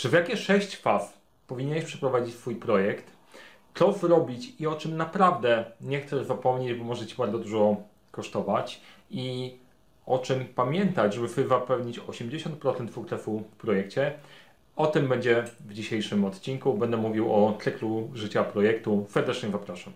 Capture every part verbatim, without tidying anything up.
Czy w jakie sześć faz powinieneś przeprowadzić swój projekt? Co zrobić i o czym naprawdę nie chcesz zapomnieć, bo może Ci bardzo dużo kosztować i o czym pamiętać, żeby zapewnić osiemdziesiąt procent sukcesu w projekcie? O tym będzie w dzisiejszym odcinku. Będę mówił o cyklu życia projektu. Serdecznie zapraszam.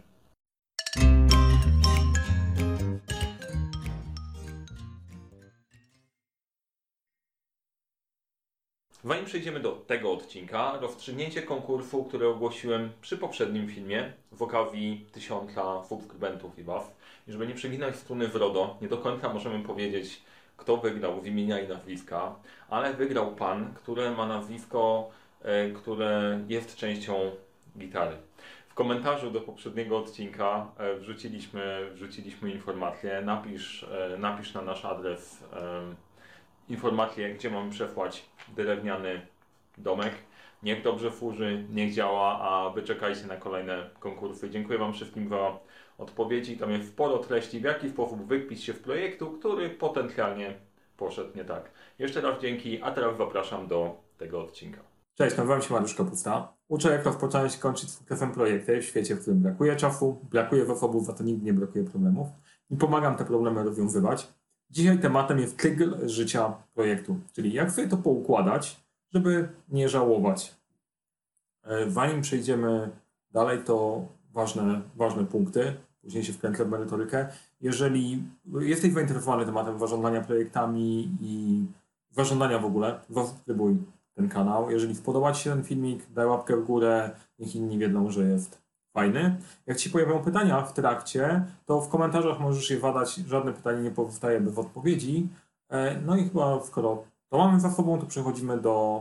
Zanim przejdziemy do tego odcinka, rozstrzygnięcie konkursu, który ogłosiłem przy poprzednim filmie w okazji tysiąca subskrybentów i was. I żeby nie przeginać struny w RODO, nie do końca możemy powiedzieć, kto wygrał z imienia i nazwiska, ale wygrał pan, który ma nazwisko, e, które jest częścią gitary. W komentarzu do poprzedniego odcinka e, wrzuciliśmy, wrzuciliśmy informację, napisz, e, napisz na nasz adres e, informację, gdzie mamy przesłać drewniany domek. Niech dobrze służy, niech działa, a wy czekajcie na kolejne konkursy. Dziękuję wam wszystkim za odpowiedzi. Tam jest sporo treści, w jaki sposób wykpić się w projektu, który potencjalnie poszedł nie tak. Jeszcze raz dzięki, a teraz zapraszam do tego odcinka. Cześć, nazywam się Mariusz Kapusta. Uczę, jak rozpocząć i kończyć sukcesem projekty w świecie, w którym brakuje czasu, brakuje zasobów, za to nigdy nie brakuje problemów i pomagam te problemy rozwiązywać. Dzisiaj tematem jest cykl życia projektu, czyli jak sobie to poukładać, żeby nie żałować. Zanim przejdziemy dalej, to ważne, ważne punkty, później się wkręcę w merytorykę. Jeżeli jesteś zainteresowany tematem zarządzania projektami i zarządzania w ogóle, zasubskrybuj ten kanał. Jeżeli spodoba Ci się ten filmik, daj łapkę w górę, niech inni wiedzą, że jest fajny. Jak Ci się pojawią pytania w trakcie, to w komentarzach możesz je zadać, żadne pytanie nie pozostaje bez odpowiedzi. No i chyba skoro to mamy za sobą, to przechodzimy do,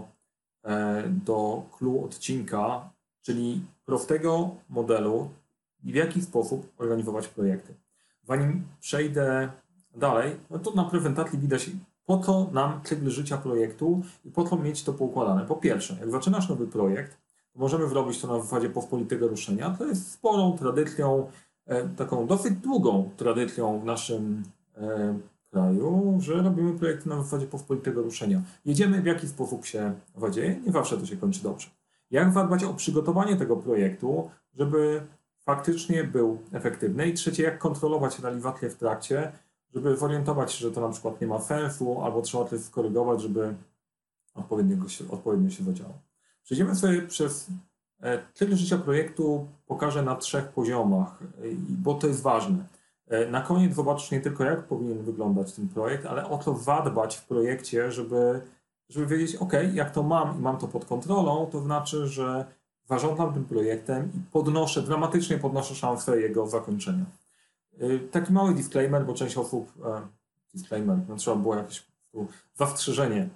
do clou odcinka, czyli prostego modelu i w jaki sposób organizować projekty. Zanim przejdę dalej, no to na prezentacji widać, po co nam cykl życia projektu i po co mieć to poukładane. Po pierwsze, jak zaczynasz nowy projekt, możemy zrobić to na zasadzie pospolitego ruszenia. To jest sporą tradycją, e, taką dosyć długą tradycją w naszym e, kraju, że robimy projekty na zasadzie pospolitego ruszenia. Jedziemy, w jaki sposób się zadzieje, nie zawsze to się kończy dobrze. Jak zadbać o przygotowanie tego projektu, żeby faktycznie był efektywny? I trzecie, jak kontrolować realizację w trakcie, żeby zorientować się, że to na przykład nie ma sensu, albo trzeba coś skorygować, żeby odpowiednio się, odpowiednio się zadziało. Przejdziemy sobie przez cykl życia projektu, pokażę na trzech poziomach, bo to jest ważne. Na koniec zobaczysz nie tylko, jak powinien wyglądać ten projekt, ale o co zadbać w projekcie, żeby, żeby wiedzieć, ok, jak to mam i mam to pod kontrolą, to znaczy, że zarządzam tym projektem i podnoszę, dramatycznie podnoszę szansę jego zakończenia. Taki mały disclaimer, bo część osób, disclaimer, no trzeba było jakieś zastrzeżenie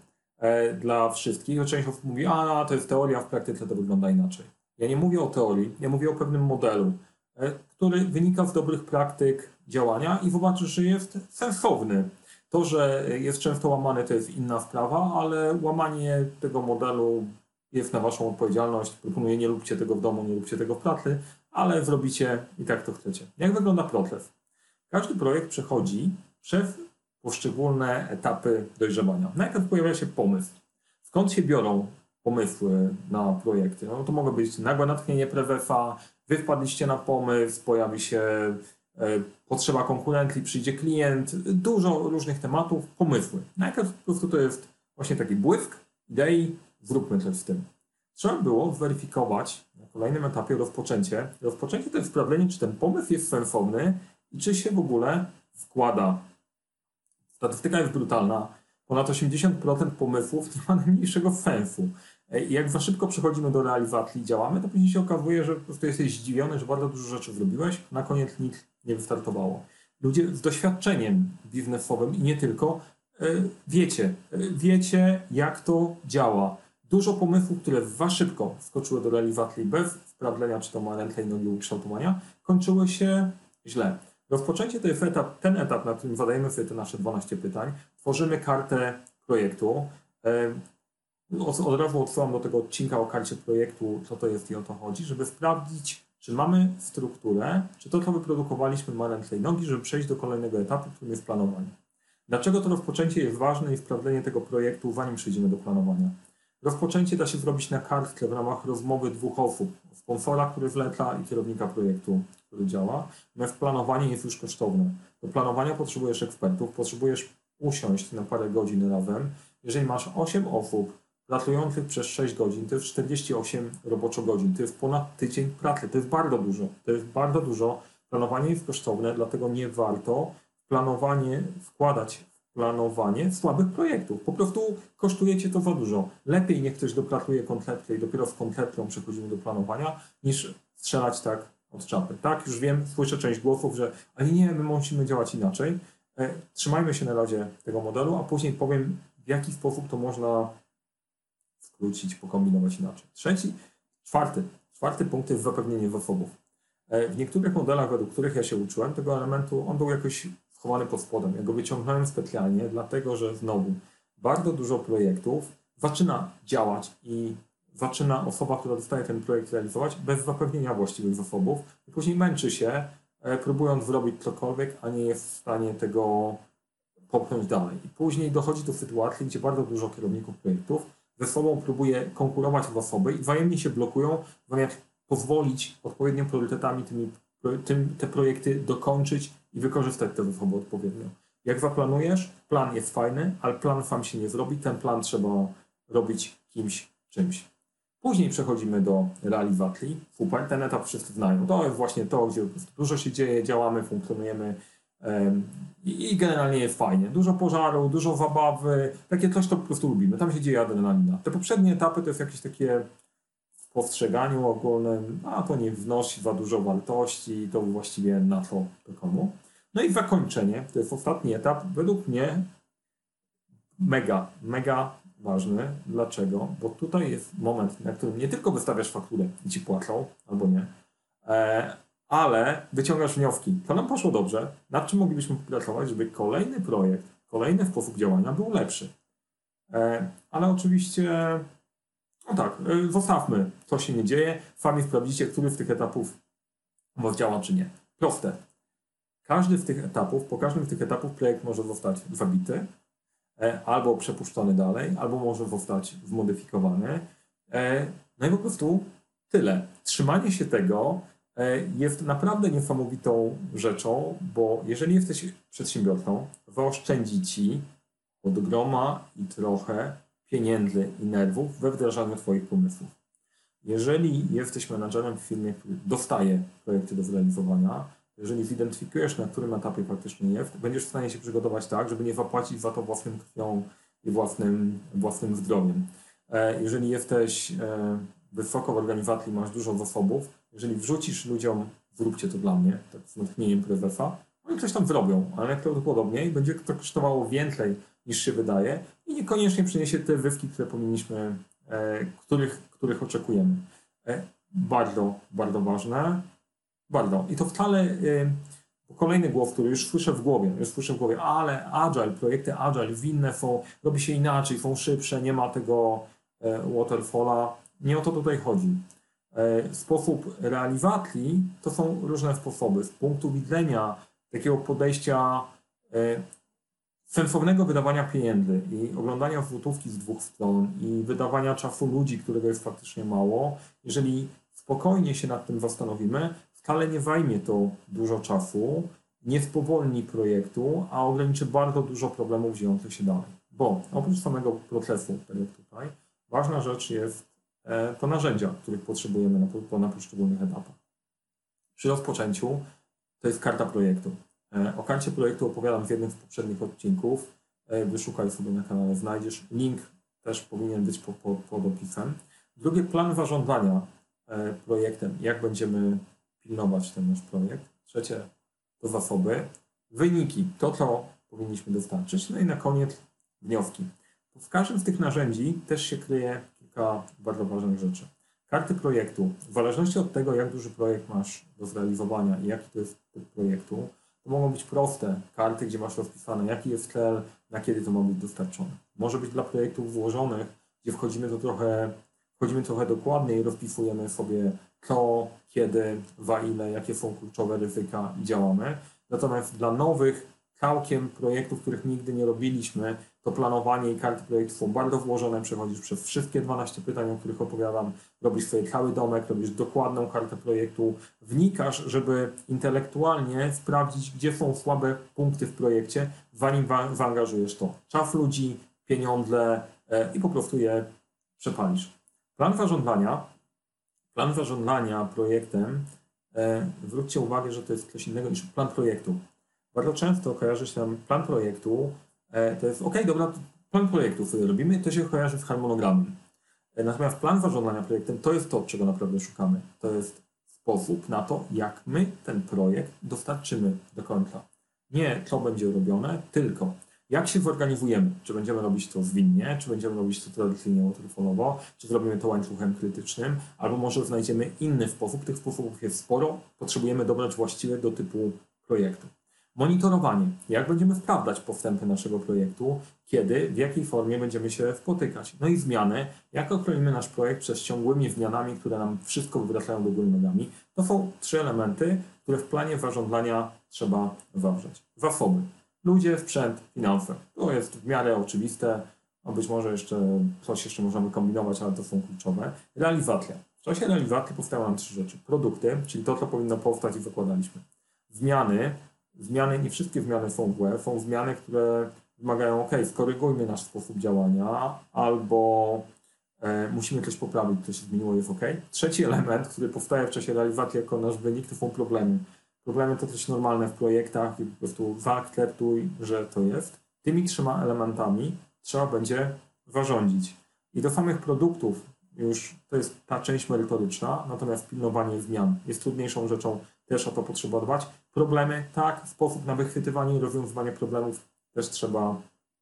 dla wszystkich. Część osób mówi, a to jest teoria, w praktyce to wygląda inaczej. Ja nie mówię o teorii, ja mówię o pewnym modelu, który wynika z dobrych praktyk działania i zobaczysz, że jest sensowny. To, że jest często łamany, to jest inna sprawa, ale łamanie tego modelu jest na waszą odpowiedzialność. Proponuję, nie róbcie tego w domu, nie róbcie tego w pracy, ale zrobicie i tak to chcecie. Jak wygląda proces? Każdy projekt przechodzi przez poszczególne etapy dojrzewania. Najpierw pojawia się pomysł. Skąd się biorą pomysły na projekty? No to mogą być nagłe natchnienie prezesa, wy wpadliście na pomysł, pojawi się e, potrzeba konkurencji, przyjdzie klient, dużo różnych tematów, pomysły. Najpierw po prostu to jest właśnie taki błysk idei, zróbmy coś z tym. Trzeba było zweryfikować na kolejnym etapie rozpoczęcie. Rozpoczęcie to jest sprawdzenie, czy ten pomysł jest sensowny i czy się w ogóle wkłada. Statystyka jest brutalna. Ponad osiemdziesiąt procent pomysłów nie ma najmniejszego sensu. I jak za szybko przechodzimy do realizacji i działamy, to później się okazuje, że po prostu jesteś zdziwiony, że bardzo dużo rzeczy zrobiłeś, na koniec nic nie wystartowało. Ludzie z doświadczeniem biznesowym i nie tylko, wiecie, wiecie jak to działa. Dużo pomysłów, które za szybko wskoczyły do realizacji bez sprawdzenia, czy to ma ręce i nogi ukształtowania, kończyły się źle. Rozpoczęcie to jest etap, ten etap, na którym zadajemy sobie te nasze dwanaście pytań. Tworzymy kartę projektu. Od, od razu odsyłam do tego odcinka o karcie projektu, co to jest i o to chodzi, żeby sprawdzić, czy mamy strukturę, czy to, co wyprodukowaliśmy, ma ręce i nogi, żeby przejść do kolejnego etapu, którym jest planowanie. Dlaczego to rozpoczęcie jest ważne i sprawdzenie tego projektu, zanim przejdziemy do planowania? Rozpoczęcie da się zrobić na kartce w ramach rozmowy dwóch osób. Sponsora, który wleca i kierownika projektu, który działa. Natomiast planowanie jest już kosztowne. Do planowania potrzebujesz ekspertów, potrzebujesz usiąść na parę godzin razem. Jeżeli masz osiem osób pracujących przez sześć godzin, to jest czterdzieści osiem roboczo godzin. To jest ponad tydzień pracy. To jest bardzo dużo. To jest bardzo dużo. Planowanie jest kosztowne, dlatego nie warto planowanie wkładać w planowanie słabych projektów. Po prostu kosztuje cię to za dużo. Lepiej niech ktoś dopracuje koncepcję i dopiero z koncepcją przechodzimy do planowania, niż strzelać tak od czapy. Tak, już wiem, słyszę część głosów, że ale nie, my musimy działać inaczej. E, trzymajmy się na razie tego modelu, a później powiem, w jaki sposób to można skrócić, pokombinować inaczej. Trzeci, czwarty. Czwarty punkt jest zapewnienie zasobów. E, w niektórych modelach, według których ja się uczyłem, tego elementu, on był jakoś schowany pod spodem. Ja go wyciągnąłem specjalnie, dlatego że znowu bardzo dużo projektów zaczyna działać i zaczyna osoba, która dostaje ten projekt realizować bez zapewnienia właściwych zasobów i później męczy się, e, próbując zrobić cokolwiek, a nie jest w stanie tego popchnąć dalej. I później dochodzi do sytuacji, gdzie bardzo dużo kierowników projektów ze sobą próbuje konkurować w zasoby i wzajemnie się blokują, zamiast pozwolić odpowiednio priorytetami tymi, tym, te projekty dokończyć i wykorzystać te zasoby odpowiednio. Jak zaplanujesz, plan jest fajny, ale plan sam się nie zrobi, ten plan trzeba robić kimś, czymś. Później przechodzimy do realizacji. Super, ten etap wszyscy znają. To jest właśnie to, gdzie dużo się dzieje, działamy, funkcjonujemy um, i, i generalnie jest fajnie. Dużo pożaru, dużo zabawy, takie coś, to po prostu lubimy. Tam się dzieje adrenalina. Te poprzednie etapy to jest jakieś takie w postrzeganiu ogólnym, a to nie wnosi za dużo wartości, to właściwie na co, to komu. No i zakończenie, to jest ostatni etap, według mnie mega, mega ważny. Dlaczego? Bo tutaj jest moment, na którym nie tylko wystawiasz fakturę i ci płacą, albo nie, e, ale wyciągasz wnioski. To nam poszło dobrze, nad czym moglibyśmy pracować, żeby kolejny projekt, kolejny sposób działania był lepszy. E, ale oczywiście, no tak, e, zostawmy, co się nie dzieje, sami sprawdzicie, który z tych etapów was działa, czy nie. Proste. Każdy z tych etapów, po każdym z tych etapów projekt może zostać zabity, albo przepuszczony dalej, albo może zostać zmodyfikowany. No i po prostu tyle. Trzymanie się tego jest naprawdę niesamowitą rzeczą, bo jeżeli jesteś przedsiębiorcą, zaoszczędzi ci od groma i trochę pieniędzy i nerwów we wdrażaniu twoich pomysłów. Jeżeli jesteś menadżerem w firmie, który dostaje projekty do zrealizowania, jeżeli zidentyfikujesz, na którym etapie faktycznie jest, będziesz w stanie się przygotować tak, żeby nie zapłacić za to własną krwią i własnym, własnym zdrowiem. Jeżeli jesteś wysoko w organizacji, masz dużo zasobów, jeżeli wrzucisz ludziom, zróbcie to dla mnie, tak z natchnieniem prezesa, oni coś tam zrobią, ale najprawdopodobniej będzie to kosztowało więcej niż się wydaje i niekoniecznie przyniesie te zyski, które powinniśmy, których, których oczekujemy. Bardzo, bardzo ważne. Bardzo. I to wcale yy, kolejny głos, który już słyszę w głowie, już słyszę w głowie, ale agile, projekty agile, winne są, robi się inaczej, są szybsze, nie ma tego yy, waterfalla. Nie o to tutaj chodzi. Yy, sposób realizacji to są różne sposoby. Z punktu widzenia takiego podejścia yy, sensownego wydawania pieniędzy i oglądania złotówki z dwóch stron i wydawania czasu ludzi, którego jest faktycznie mało, jeżeli spokojnie się nad tym zastanowimy, wcale nie zajmie to dużo czasu, nie spowolni projektu, a ograniczy bardzo dużo problemów dziejących się dalej. Bo oprócz samego procesu, tak jak tutaj, ważna rzecz jest to narzędzia, których potrzebujemy na, na poszczególnych etapach. Przy rozpoczęciu to jest karta projektu. O karcie projektu opowiadam w jednym z poprzednich odcinków. Wyszukaj sobie na kanale, znajdziesz. Link też powinien być pod, pod, pod opisem. Drugie, plan zarządzania projektem, jak będziemy pilnować ten nasz projekt. Trzecie, to zasoby. Wyniki, to co powinniśmy dostarczyć. No i na koniec wnioski. W każdym z tych narzędzi też się kryje kilka bardzo ważnych rzeczy. Karty projektu, w zależności od tego, jak duży projekt masz do zrealizowania i jaki to jest typ projektu, to mogą być proste karty, gdzie masz rozpisane, jaki jest cel, na kiedy to ma być dostarczone. Może być dla projektów złożonych, gdzie wchodzimy to trochę, wchodzimy trochę dokładniej i rozpisujemy sobie co, kiedy, za ile, jakie są kluczowe ryzyka i działamy. Natomiast dla nowych całkiem projektów, których nigdy nie robiliśmy, to planowanie i karty projektów są bardzo włożone, przechodzisz przez wszystkie dwanaście pytań, o których opowiadam, robisz sobie cały domek, robisz dokładną kartę projektu, wnikasz, żeby intelektualnie sprawdzić, gdzie są słabe punkty w projekcie, zanim wa- zaangażujesz to. Czas ludzi, pieniądze e, i po prostu je przepalisz. Plan zarządzania, plan zarządzania projektem, e, zwróćcie uwagę, że to jest coś innego niż plan projektu. Bardzo często kojarzy się nam plan projektu, e, to jest ok, dobra, plan projektu, który robimy, to się kojarzy z harmonogramem. E, natomiast plan zarządzania projektem to jest to, czego naprawdę szukamy. To jest sposób na to, jak my ten projekt dostarczymy do końca. Nie co będzie robione, tylko jak się zorganizujemy. Czy będziemy robić to zwinnie, czy będziemy robić to tradycyjnie waterfallowo, czy zrobimy to łańcuchem krytycznym, albo może znajdziemy inny sposób. Tych sposobów jest sporo. Potrzebujemy dobrać właściwie do typu projektu. Monitorowanie. Jak będziemy sprawdzać postępy naszego projektu, kiedy, w jakiej formie będziemy się spotykać. No i zmiany. Jak ochronimy nasz projekt przed ciągłymi zmianami, które nam wszystko wywracają do góry nogami. To są trzy elementy, które w planie zarządzania trzeba zawrzeć. Zasoby. Ludzie, sprzęt, finanse. To jest w miarę oczywiste, a być może jeszcze coś jeszcze możemy kombinować, ale to są kluczowe. Realizacja. W czasie realizacji powstają nam trzy rzeczy. Produkty, czyli to, co powinno powstać i zakładaliśmy. Zmiany. Zmiany, nie wszystkie zmiany są złe. Są zmiany, które wymagają, ok, skorygujmy nasz sposób działania, albo e, musimy coś poprawić, co się zmieniło, jest ok. Trzeci element, który powstaje w czasie realizacji jako nasz wynik, to są problemy. Problemy to coś normalne w projektach i po prostu zaakceptuj, że to jest. Tymi trzema elementami trzeba będzie zarządzić. I do samych produktów już to jest ta część merytoryczna, natomiast pilnowanie zmian jest trudniejszą rzeczą, też o to potrzeba dbać. Problemy, tak, sposób na wychwytywanie i rozwiązywanie problemów też trzeba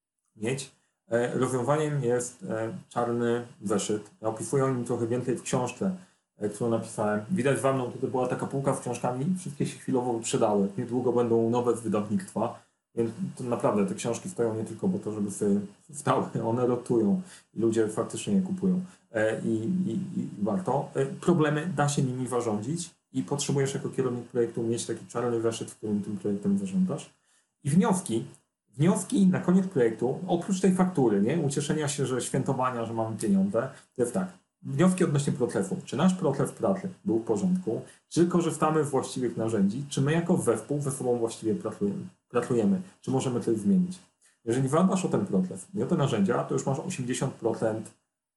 mieć. E, rozwiązaniem jest e, czarny zeszyt. Ja opisuję o nim trochę więcej w książce, którą napisałem. Widać za mną, tutaj była taka półka z książkami, wszystkie się chwilowo wyprzedały. Niedługo będą nowe z wydawnictwa, więc to naprawdę te książki stoją nie tylko po to, żeby sobie stały, one rotują i ludzie faktycznie je kupują. E, i, i, I warto. E, problemy da się nimi zarządzić i potrzebujesz jako kierownik projektu mieć taki czarny zeszyt, w którym tym projektem zarządzasz. I wnioski. Wnioski na koniec projektu, oprócz tej faktury, nie? Ucieszenia się, że świętowania, że mamy pieniądze, to jest tak. Wnioski odnośnie procesu. Czy nasz proces pracy był w porządku? Czy korzystamy z właściwych narzędzi? Czy my jako zespół ze sobą właściwie pracujemy? pracujemy? Czy możemy coś zmienić? Jeżeli zadbasz o ten proces i o te narzędzia, to już masz osiemdziesiąt procent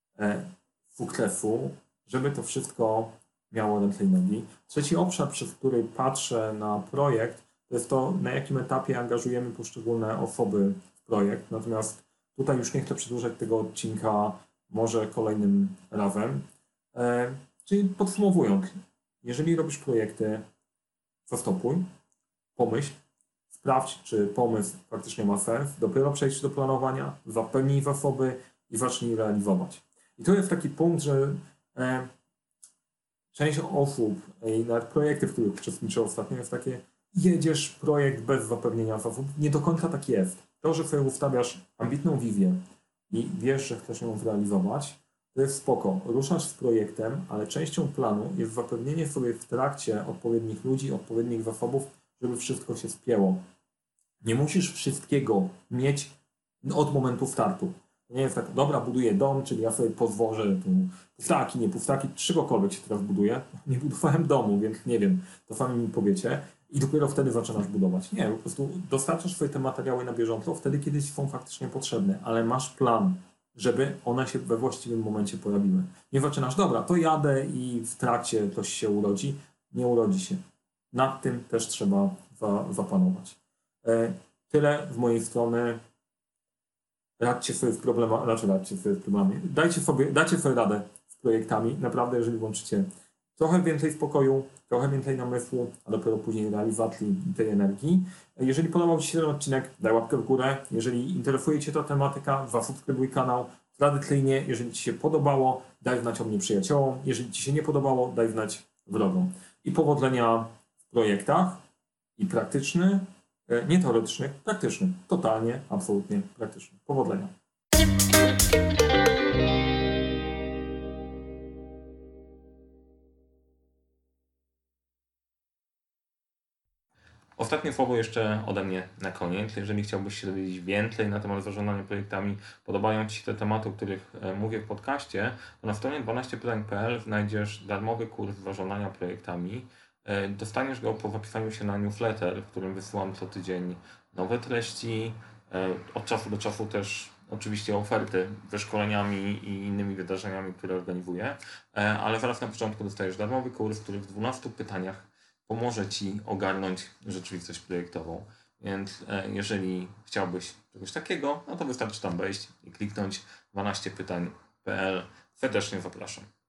sukcesu, żeby to wszystko miało ręce i nogi. Trzeci obszar, przez który patrzę na projekt, to jest to, na jakim etapie angażujemy poszczególne osoby w projekt. Natomiast tutaj już nie chcę przedłużać tego odcinka, może kolejnym razem. E, czyli podsumowując, jeżeli robisz projekty, zastopuj, pomyśl, sprawdź, czy pomysł faktycznie ma sens, dopiero przejdź do planowania, zapełnij zasoby i zacznij realizować. I to jest taki punkt, że e, część osób i nawet projekty, w których uczestniczę ostatnio, jest takie, jedziesz projekt bez zapewnienia zasobów. Nie do końca tak jest. To, że sobie ustawiasz ambitną wizję i wiesz, że chcesz ją zrealizować, to jest spoko. Ruszasz z projektem, ale częścią planu jest zapewnienie sobie w trakcie odpowiednich ludzi, odpowiednich zasobów, żeby wszystko się spięło. Nie musisz wszystkiego mieć od momentu startu. Nie jest tak, dobra, buduję dom, czyli ja sobie pozwożę tu pustaki, nie pustaki, czegokolwiek się teraz buduje. Nie budowałem domu, więc nie wiem, to sami mi powiecie. I dopiero wtedy zaczynasz budować. Nie, po prostu dostarczasz swoje te materiały na bieżąco, wtedy kiedy ci są faktycznie potrzebne, ale masz plan, żeby one się we właściwym momencie pojawiły. Nie zaczynasz, dobra, to jadę i w trakcie coś się urodzi. Nie urodzi się. Nad tym też trzeba za, zapanować. E, tyle z mojej strony. Radźcie sobie z problemami, znaczy radźcie sobie z problemami. Dajcie sobie, dajcie sobie radę z projektami. Naprawdę, jeżeli łączycie trochę więcej spokoju, trochę więcej namysłu, a dopiero później realizacji tej energii. Jeżeli podobał Ci się ten odcinek, daj łapkę w górę. Jeżeli interesuje Cię ta tematyka, zasubskrybuj kanał. Tradycyjnie, jeżeli Ci się podobało, daj znać o mnie przyjaciołom. Jeżeli Ci się nie podobało, daj znać wrogom. I powodzenia w projektach i praktyczny, nie teoretyczny, praktyczny. Totalnie, absolutnie praktyczny. Powodzenia. Ostatnie słowo jeszcze ode mnie na koniec. Jeżeli chciałbyś się dowiedzieć więcej na temat zarządzania projektami, podobają Ci się te tematy, o których e, mówię w podcaście, to na stronie dwanaście pytań kropka p l znajdziesz darmowy kurs zarządzania projektami. E, Dostaniesz go po zapisaniu się na newsletter, w którym wysyłam co tydzień nowe treści. E, Od czasu do czasu też oczywiście oferty ze szkoleniami i innymi wydarzeniami, które organizuję, E, ale zaraz na początku dostajesz darmowy kurs, który w dwunastu pytaniach pomoże Ci ogarnąć rzeczywistość projektową. Więc e, jeżeli chciałbyś czegoś takiego, no to wystarczy tam wejść i kliknąć dwanaście pytań kropka p l. Serdecznie zapraszam.